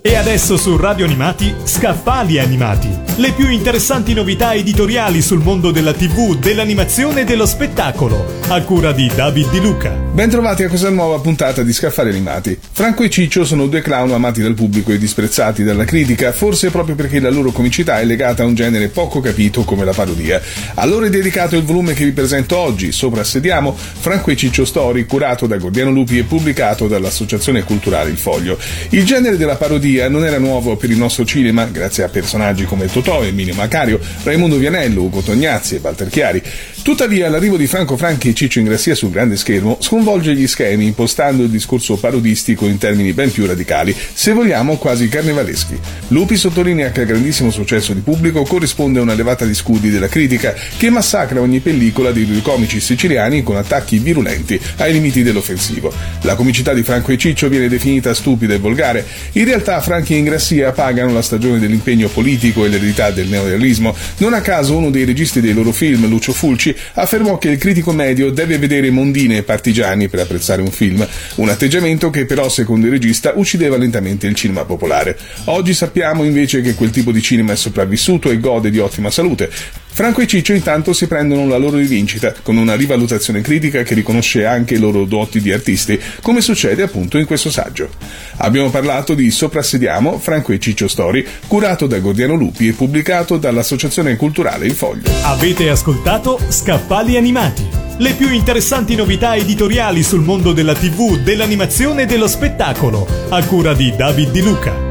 E adesso su Radio Animati, Scaffali Animati. Le più interessanti novità editoriali sul mondo della TV, dell'animazione e dello spettacolo, a cura di David Di Luca. Bentrovati a questa nuova puntata di Scaffali Animati. Franco e Ciccio sono due clown amati dal pubblico e disprezzati dalla critica, forse proprio perché la loro comicità è legata a un genere poco capito come la parodia. A loro è dedicato il volume che vi presento oggi, Soprassediamo, Franco e Ciccio Story, curato da Gordiano Lupi e pubblicato dall'Associazione Culturale Il Foglio. Il genere della parodia non era nuovo per il nostro cinema, grazie a personaggi come Totò, Emilio Macario, Raimondo Vianello, Ugo Tognazzi e Walter Chiari. Tuttavia, l'arrivo di Franco Franchi e Ciccio Ingrassia sul grande schermo sconvolge gli schemi, impostando il discorso parodistico in termini ben più radicali, se vogliamo quasi carnevaleschi. Lupi sottolinea che al grandissimo successo di pubblico corrisponde a una levata di scudi della critica che massacra ogni pellicola dei due comici siciliani con attacchi virulenti ai limiti dell'offensivo. La comicità di Franco e Ciccio viene definita stupida e volgare. In realtà Franchi e Ingrassia pagano la stagione dell'impegno politico e l'eredità del neorealismo. Non a caso uno dei registi dei loro film, Lucio Fulci, affermò che il critico medio deve vedere mondine e partigiani per apprezzare un film, un atteggiamento che però, secondo il regista, uccideva lentamente il cinema popolare. Oggi sappiamo invece che quel tipo di cinema è sopravvissuto e gode di ottima salute. Franco e Ciccio intanto si prendono la loro rivincita, con una rivalutazione critica che riconosce anche i loro doti di artisti, come succede appunto in questo saggio. Abbiamo parlato di Soprassediamo, Franco e Ciccio Story, curato da Gordiano Lupi e pubblicato dall'Associazione Culturale Il Foglio. Avete ascoltato Scaffali Animati, le più interessanti novità editoriali sul mondo della TV, dell'animazione e dello spettacolo, a cura di David Di Luca.